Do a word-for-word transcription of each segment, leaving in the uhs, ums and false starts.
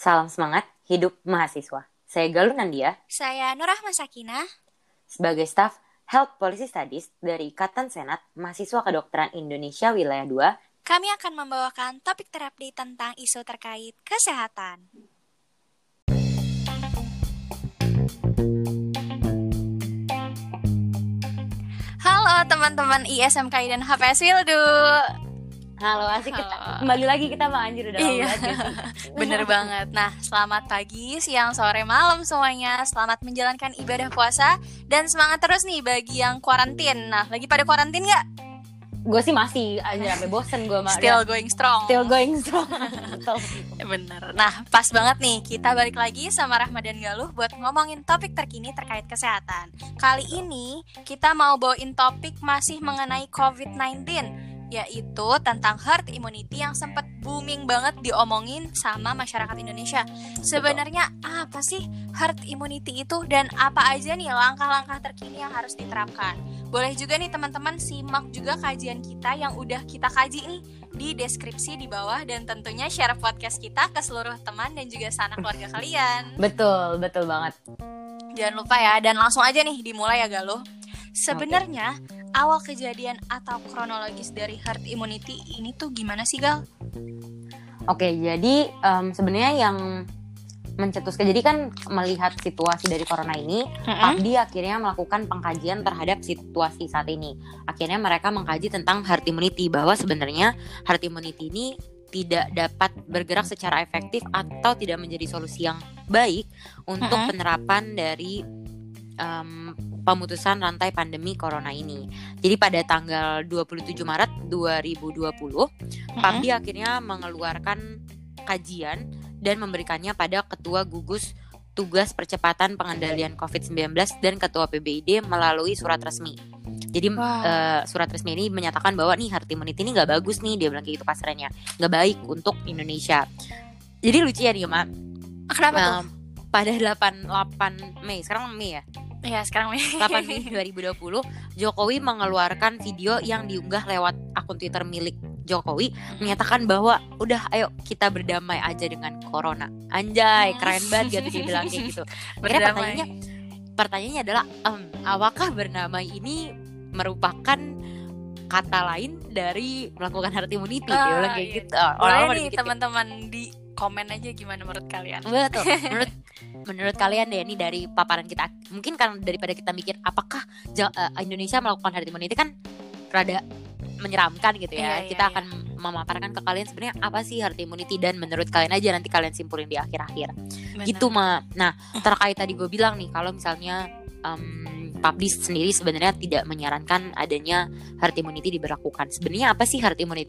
Salam semangat, hidup mahasiswa. Saya Galuh Nandia. Saya Nurrahma Sakinah. Sebagai staf Health Policy Studies dari Ikatan Senat Mahasiswa Kedokteran Indonesia Wilayah dua. Kami akan membawakan topik terupdate tentang isu terkait kesehatan. Halo teman-teman I S M K I dan H P S Wildu. Halo, asik kita kembali lagi kita Mbak Anjir udah lama Iya. banget ya. Bener banget. Nah, selamat pagi, siang, sore, malam semuanya. Selamat menjalankan ibadah puasa dan semangat terus nih bagi yang kuarantin. Nah, lagi pada kuarantin nggak? Gue sih masih anjir sampai bosen gue mah. Still going strong. Still going strong. Betul. Bener. Nah, pas banget nih kita balik lagi sama Rahma dan Galuh buat ngomongin topik terkini terkait kesehatan. Kali ini kita mau bawain topik masih mengenai covid sembilan belas, yaitu tentang herd immunity yang sempat booming banget diomongin sama masyarakat Indonesia. Sebenarnya apa sih herd immunity itu dan apa aja nih langkah-langkah terkini yang harus diterapkan? Boleh juga nih teman-teman simak juga kajian kita yang udah kita kaji nih di deskripsi di bawah, dan tentunya share podcast kita ke seluruh teman dan juga sanak keluarga kalian. Betul, betul banget. Jangan lupa ya, dan langsung aja nih dimulai ya Galuh. Sebenarnya okay. awal kejadian atau kronologis dari herd immunity ini tuh gimana sih Gal? Oke, jadi um, sebenarnya yang mencetuskan, jadi kan melihat situasi dari corona ini, mm-hmm. P A B D I akhirnya melakukan pengkajian terhadap situasi saat ini. Akhirnya mereka mengkaji tentang herd immunity, bahwa sebenarnya herd immunity ini tidak dapat bergerak secara efektif atau tidak menjadi solusi yang baik untuk mm-hmm. penerapan dari um, pemutusan rantai pandemi corona ini. Jadi pada tanggal dua puluh tujuh Maret dua ribu dua puluh, mm-hmm. P A B D I akhirnya mengeluarkan kajian dan memberikannya pada Ketua Gugus Tugas Percepatan Pengendalian covid sembilan belas dan Ketua P B I D melalui surat resmi. Jadi wow. uh, surat resmi ini menyatakan bahwa nih herd immunity ini gak bagus nih, dia bilang kayak gitu kasarnya, gak baik untuk Indonesia. Jadi lucu ya nih Mak. Kenapa uh, tuh? Pada delapan Mei, sekarang Mei ya? Iya sekarang Mei delapan Mei dua ribu dua puluh, Jokowi mengeluarkan video yang diunggah lewat akun Twitter milik Jokowi, menyatakan bahwa udah ayo kita berdamai aja dengan corona. Anjay, keren banget gitu dia bilang kayak gitu. Akhirnya pertanyaannya, pertanyaannya adalah um, apakah berdamai ini merupakan kata lain dari melakukan herd immunity? Ah, dia bilang kayak iya. gitu. Boleh nih teman-teman di komen aja gimana menurut kalian. Betul. Menurut menurut kalian deh, ini dari paparan kita, mungkin kan daripada kita mikir apakah Indonesia melakukan herd immunity kan rada menyeramkan gitu ya. Iya, kita iya, akan iya. memaparkan ke kalian sebenarnya apa sih herd immunity, dan menurut kalian aja nanti kalian simpulin di akhir-akhir. Benar. Gitu Ma. Nah, terkait tadi gue bilang nih, kalau misalnya um, P A B D I sendiri sebenarnya tidak menyarankan adanya herd immunity diberlakukan. Sebenarnya apa sih herd immunity?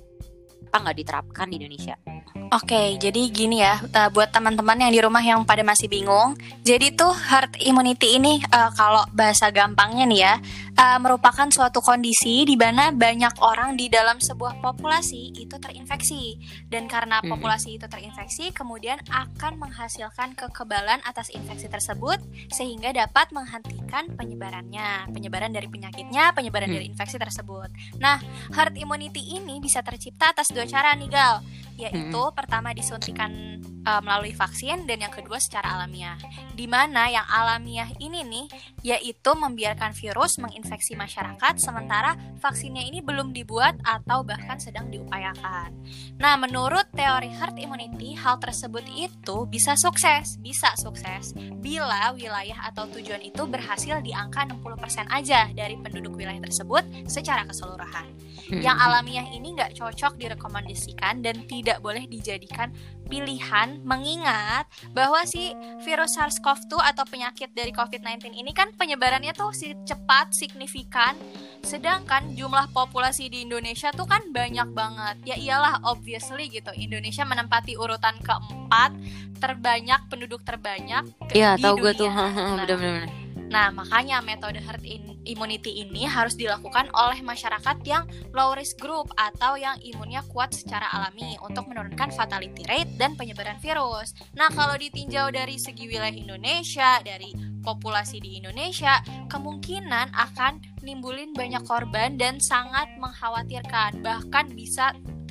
Apa nggak diterapkan di Indonesia? Oke, okay, jadi gini ya, buat teman-teman yang di rumah yang pada masih bingung, jadi tuh herd immunity ini uh, kalau bahasa gampangnya nih ya, uh, merupakan suatu kondisi di mana banyak orang di dalam sebuah populasi itu terinfeksi, dan karena hmm. populasi itu terinfeksi, kemudian akan menghasilkan kekebalan atas infeksi tersebut sehingga dapat menghentikan penyebarannya, penyebaran dari penyakitnya, penyebaran hmm. dari infeksi tersebut. Nah, herd immunity ini bisa tercipta atas dua cara nih Gal, yaitu hmm. pertama disuntikan uh, melalui vaksin, dan yang kedua secara alamiah. Di mana yang alamiah ini nih yaitu membiarkan virus menginfeksi masyarakat sementara vaksinnya ini belum dibuat atau bahkan sedang diupayakan. Nah, menurut teori herd immunity, hal tersebut itu bisa sukses, bisa sukses bila wilayah atau tujuan itu berhasil di angka enam puluh persen aja dari penduduk wilayah tersebut secara keseluruhan. Hmm. Yang alamiah ini nggak cocok direkomendasikan dan tidak boleh dijadikan pilihan, mengingat bahwa si virus SARS-CoV dua atau penyakit dari covid sembilan belas ini kan penyebarannya tuh cepat, signifikan, sedangkan jumlah populasi di Indonesia tuh kan banyak banget. Ya iyalah, obviously gitu, Indonesia menempati urutan keempat terbanyak, penduduk terbanyak ya, di tahu dunia. Gue tuh, Nah, bener-bener. Nah, makanya metode herd immunity ini harus dilakukan oleh masyarakat yang low risk group atau yang imunnya kuat secara alami untuk menurunkan fatality rate dan penyebaran virus. Nah, kalau ditinjau dari segi wilayah Indonesia, dari populasi di Indonesia, kemungkinan akan nimbulin banyak korban dan sangat mengkhawatirkan, bahkan bisa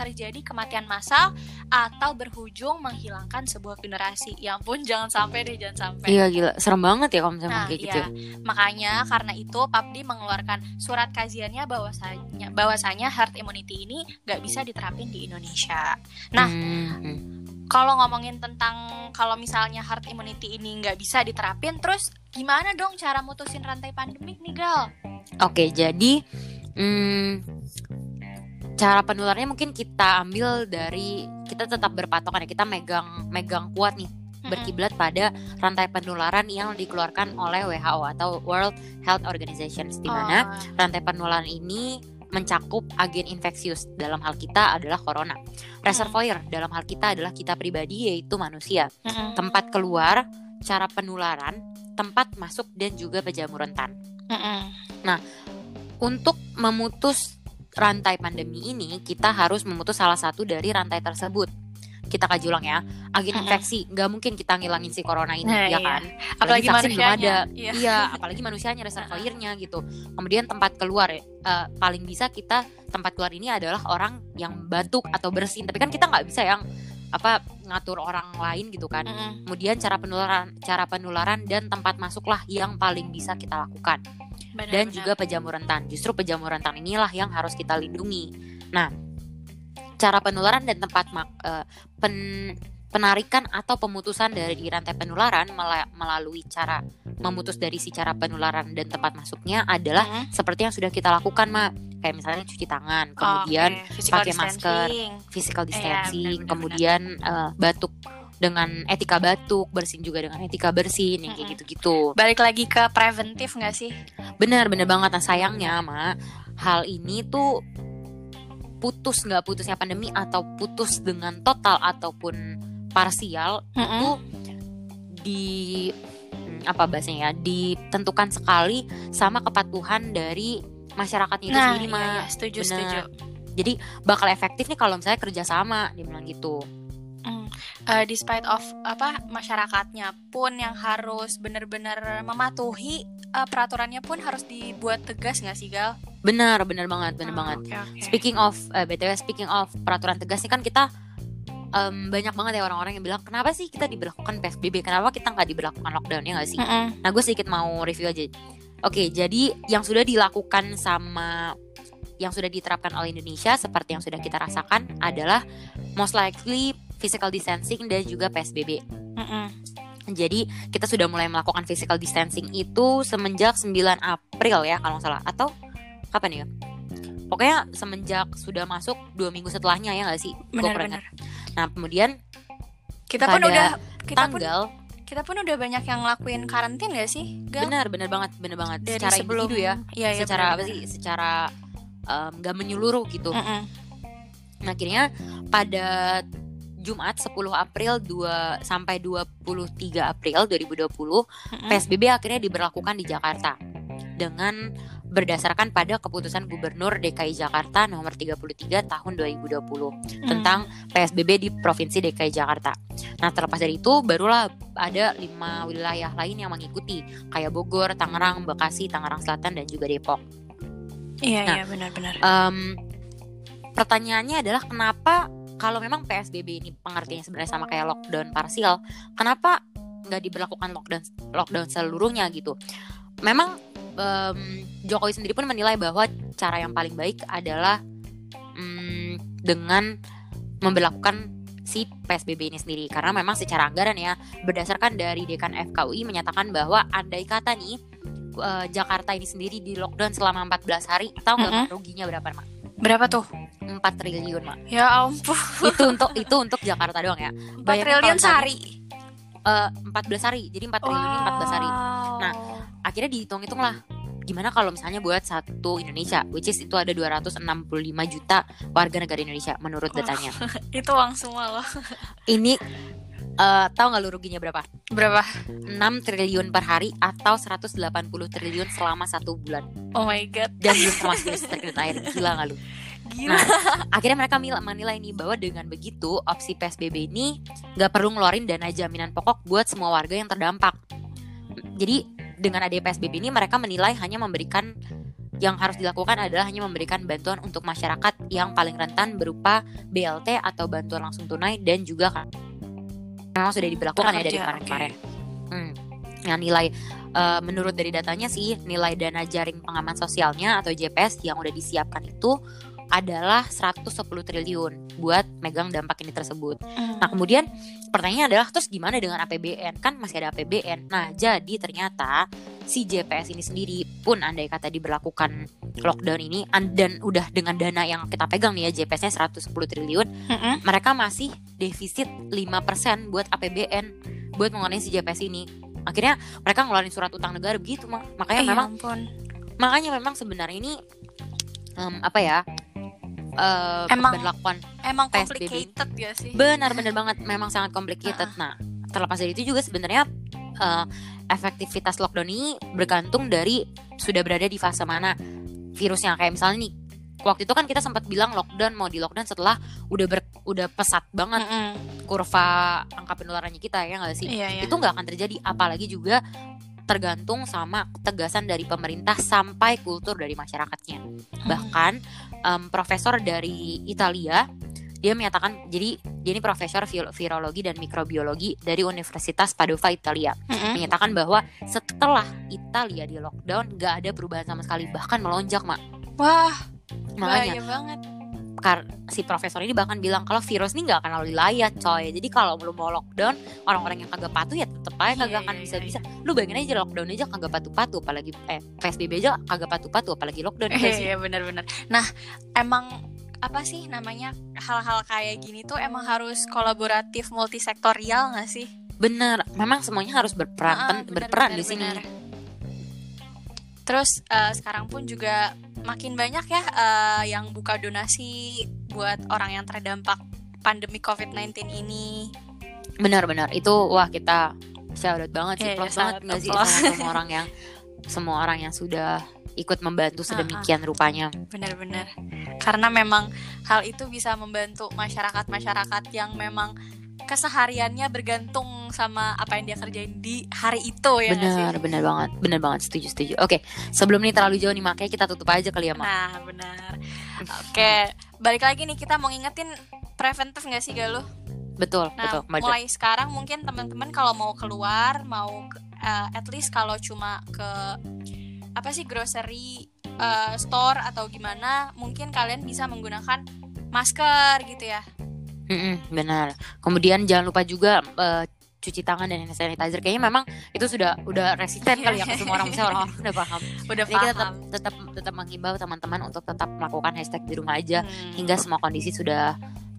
terjadi kematian massal atau berujung menghilangkan sebuah generasi. Ya ampun, jangan sampai deh, jangan sampai. Iya gila, serem banget ya kalau misalnya Nah, kayak iya. gitu. Makanya karena itu Papdi mengeluarkan surat kajiannya bahwasanya bahwasanya herd immunity ini nggak bisa diterapin di Indonesia. Nah, Hmm. kalau ngomongin tentang kalau misalnya herd immunity ini nggak bisa diterapin, terus gimana dong cara mutusin rantai pandemik nih, Gal? Oke, jadi hmm, cara penularannya mungkin kita ambil dari, kita tetap berpatokan ya, kita megang megang kuat nih, berkiblat pada rantai penularan yang dikeluarkan oleh W H O atau World Health Organization, di mana Oh, rantai penularan ini mencakup agen infeksius, dalam hal kita adalah corona. Reservoir dalam hal kita adalah kita pribadi, yaitu manusia. mm-mm, Tempat keluar, cara penularan, tempat masuk, dan juga penjamu rentan. mm-mm. Untuk memutus rantai pandemi ini, kita harus memutus salah satu dari rantai tersebut. Kita kaji ulang ya, agen Mm-mm. infeksi nggak mungkin kita ngilangin si corona ini, Nah, ya iya. kan? Apalagi vaksin belum ada. manusianya. Iya. Iya, apalagi manusianya, reservoirnya gitu. Kemudian tempat keluar, eh, paling bisa kita tempat keluar ini adalah orang yang batuk atau bersin. Tapi kan kita nggak bisa yang apa ngatur orang lain gitu kan. Mm-mm. Kemudian cara penularan, cara penularan dan tempat masuklah yang paling bisa kita lakukan. Benar, Dan benar. juga penjamu rentan. Justru penjamu rentan inilah yang harus kita lindungi. Nah, cara penularan dan tempat mak- eh, pen- penarikan atau pemutusan dari rantai penularan mela- melalui cara memutus dari si cara penularan dan tempat masuknya adalah Mm-mm. seperti yang sudah kita lakukan, Mak. Kayak misalnya cuci tangan, kemudian Oke, physical pakai masker, distancing. physical Iya, distancing, benar-benar, kemudian eh, batuk dengan etika batuk, bersin juga dengan etika bersin, yang kayak Mm-mm. gitu-gitu. Balik lagi ke preventif nggak sih? Bener, bener banget. Nah, sayangnya, Ma, hal ini tuh putus nggak putusnya pandemi atau putus dengan total ataupun parsial Mm-mm. itu di hmm, apa bahasanya ya, ditentukan sekali sama kepatuhan dari masyarakatnya itu Nah, sendiri, iya, Ma. iya, setuju, Bener. setuju. Jadi bakal efektif nih kalau misalnya kerjasama, dia bilang gitu. Mm. Eh, despite of apa masyarakatnya pun yang harus benar-benar mematuhi eh, peraturannya pun harus dibuat tegas nggak sih, Gal? Benar, benar banget, benar Ah, banget. oke, oke. Speaking of, eh, B T W speaking of peraturan tegas nih kan kita em, banyak banget ya orang-orang yang bilang kenapa sih kita diberlakukan P S B B, kenapa kita nggak diberlakukan lockdown, ya nggak sih? Mm-mm. Nah, gue sedikit mau review aja. Oke, jadi yang sudah dilakukan sama yang sudah diterapkan oleh Indonesia seperti yang sudah kita rasakan adalah most likely physical distancing dan juga P S B B. Mm-mm. Jadi kita sudah mulai melakukan physical distancing itu semenjak sembilan April ya kalau nggak salah, atau kapan ya? Pokoknya semenjak sudah masuk dua minggu setelahnya, ya nggak sih? Gua kurang Benar-benar. ingat. Nah, kemudian Kita pun pada udah kita pun tanggal kita pun udah banyak yang ngelakuin karantin gak sih, Gal? benar benar banget benar banget Dari secara sebelum individu ya, Iya, iya, secara apa benar-benar. sih? Secara em, nggak menyeluruh gitu. Mm-mm. Nah, akhirnya pada Jumat sepuluh April dua sampai dua puluh tiga April dua ribu dua puluh Mm-mm. P S B B akhirnya diberlakukan di Jakarta dengan berdasarkan pada keputusan Gubernur D K I Jakarta nomor tiga puluh tiga tahun dua ribu dua puluh tentang P S B B di Provinsi D K I Jakarta. Nah, terlepas dari itu barulah ada lima wilayah lain yang mengikuti, kayak Bogor, Tangerang, Bekasi, Tangerang Selatan, dan juga Depok. Iya, Nah, iya, benar-benar. Em, pertanyaannya adalah kenapa kalau memang P S B B ini pengertiannya sebenarnya sama kayak lockdown parsial, kenapa nggak diberlakukan lockdown lockdown seluruhnya gitu? Memang em, Jokowi sendiri pun menilai bahwa cara yang paling baik adalah mm, dengan memberlakukan si P S B B ini sendiri, karena memang secara anggaran ya, berdasarkan dari Dekan F K U I menyatakan bahwa andai kata nih eh, Jakarta ini sendiri di lockdown selama empat belas hari, tahu nggak Mm-mm. Mak, ruginya berapa, Mak? Berapa tuh? empat triliun, Mak. Ya ampun. Itu untuk itu untuk Jakarta doang ya. empat Bayangin triliun kalau misalnya, sehari. eh, empat belas hari. Jadi empat triliun ini empat belas hari. Nah, akhirnya dihitung-hitung lah, gimana kalau misalnya buat satu Indonesia, which is itu ada dua ratus enam puluh lima juta warga negara Indonesia menurut Wah. datanya. itu uang semua loh. Ini eh, tahu nggak lu ruginya berapa? Berapa? enam triliun per hari atau seratus delapan puluh triliun selama satu bulan. Oh my god. Dan belum termasuk listrik dan air. Gila nggak lu? Gila. Nah, akhirnya mereka mil- menilai nih bahwa dengan begitu opsi P S B B ini nggak perlu ngeluarin dana jaminan pokok buat semua warga yang terdampak. Jadi dengan adanya P S B B ini mereka menilai hanya memberikan yang harus dilakukan adalah hanya memberikan bantuan untuk masyarakat yang paling rentan berupa B L T atau bantuan langsung tunai, dan juga kan memang sudah diberlakukan ya dari kemarin-kemarin. Okay. Hmm. Nah, nilai uh, menurut dari datanya sih, nilai dana jaring pengaman sosialnya atau J P S yang udah disiapkan itu adalah seratus sepuluh triliun buat megang dampak ini tersebut. Mm. Nah, kemudian pertanyaannya adalah terus gimana dengan A P B N? Kan masih ada A P B N. Nah, jadi ternyata si J P S ini sendiri pun andai kata diberlakukan lockdown ini dan udah dengan dana yang kita pegang nih ya, J P S-nya seratus sepuluh triliun, mm-hmm. mereka masih defisit lima persen buat A P B N buat mengenai si J P S ini. Akhirnya mereka ngeluarin surat utang negara begitu, mak. Makanya eh, memang ampun. Makanya memang sebenarnya ini um, apa ya? Uh, emang berlakuan emang complicated ya sih. Benar-benar banget, memang sangat complicated. Uh-uh. Nah, terlepas dari itu juga sebenarnya uh, efektivitas lockdown ini bergantung dari sudah berada di fase mana virusnya. Kayak misalnya nih, waktu itu kan kita sempat bilang lockdown mau di lockdown setelah udah ber, udah pesat banget mm-hmm. kurva angka penularannya kita, ya nggak sih? Iya, iya. Itu nggak akan terjadi, apalagi juga tergantung sama ketegasan dari pemerintah sampai kultur dari masyarakatnya. Hmm. Bahkan um, profesor dari Italia, dia menyatakan, jadi dia ini profesor virologi dan mikrobiologi dari Universitas Padova Italia, hmm. menyatakan bahwa setelah Italia di lockdown gak ada perubahan sama sekali, bahkan melonjak, Mak. Wah, makanya bahaya banget. Kar- si profesor ini bahkan bilang kalau virus ini nggak akan lalu wilayah, coy. Jadi kalau belum mau lockdown, orang-orang yang kagak patuh ya tetep aja kagak yeah, akan yeah, bisa-bisa. Yeah. Lu bayangin aja lockdown aja kagak patuh-patuh, apalagi eh P S B B aja kagak patuh-patuh, apalagi lockdown. Iya, yeah, benar-benar. Nah, emang apa sih namanya, hal-hal kayak gini tuh emang harus kolaboratif multisektorial nggak sih? Bener, memang semuanya harus berperan ah, bener, berperan bener, di sini. Bener. Terus uh, sekarang pun juga makin banyak ya uh, yang buka donasi buat orang yang terdampak pandemi covid sembilan belas ini. Benar-benar, itu wah kita shout out banget sih, yeah, plus banget nggak sih sama semua orang yang semua orang yang sudah ikut membantu sedemikian uh-huh. rupanya. Benar-benar, karena memang hal itu bisa membantu masyarakat-masyarakat yang memang kesehariannya bergantung sama apa yang dia kerjain di hari itu, ya. Benar, benar banget, benar banget, setuju, setuju. Oke, sebelum ini terlalu jauh nih, makanya kita tutup aja kali ya, Mak. Nah, benar. Oke, balik lagi nih, kita mau ngingetin preventif nggak sih, Galuh? Betul, nah, betul. Nah, mulai sekarang mungkin teman-teman kalau mau keluar, mau uh, at least kalau cuma ke apa sih grocery uh, store atau gimana, mungkin kalian bisa menggunakan masker gitu ya. Mm-mm, benar. Kemudian jangan lupa juga uh, cuci tangan dan hand sanitizer. Kayaknya memang itu sudah udah resisten kali ya ke semua orang, misalnya orang-orang udah paham. Udah Jadi paham. kita tetap tetap tetap menghimbau teman-teman untuk tetap melakukan hashtag di rumah aja hmm. hingga semua kondisi sudah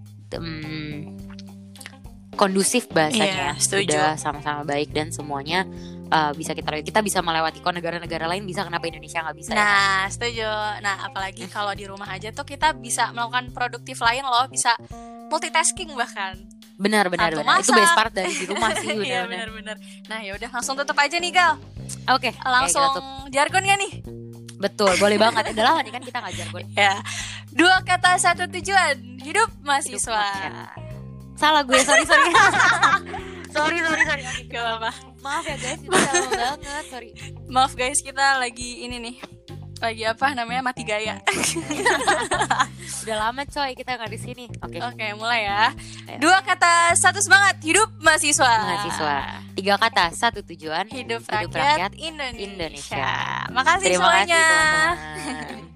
um, kondusif bahasanya, yeah, sudah sama-sama baik dan semuanya uh, bisa kita kita bisa melewati. Kok negara-negara lain bisa, kenapa Indonesia nggak bisa? Nah, ya? Setuju. Nah, apalagi kalau di rumah aja tuh kita bisa melakukan produktif lain loh, bisa multitasking bahkan. Benar benar benar. Itu best part dari di rumah sih. Iya benar benar. Nah, ya udah langsung tutup aja nih, Gal. Oke. Okay, langsung okay, jargon gak nih? Betul, boleh banget. Udah lama nih kan kita nggak jargon. Ya. Dua kata satu tujuan, hidup mahasiswa. Hidup Salah gue, sorry sorry. sorry sorry sorry. Gak apa-apa. Maaf ya guys, itu lama banget, sorry. Maaf guys, kita lagi ini nih. Lagi apa namanya, mati gaya. Udah lama coy kita nggak di sini. Oke. Okay. Oke, okay, mulai ya. Ayo. Dua kata, satu semangat, hidup mahasiswa. Mahasiswa. Tiga kata, satu tujuan, hidup, hidup rakyat, rakyat Indonesia. Indonesia. Makasih Terima semuanya. Kasih, teman-teman.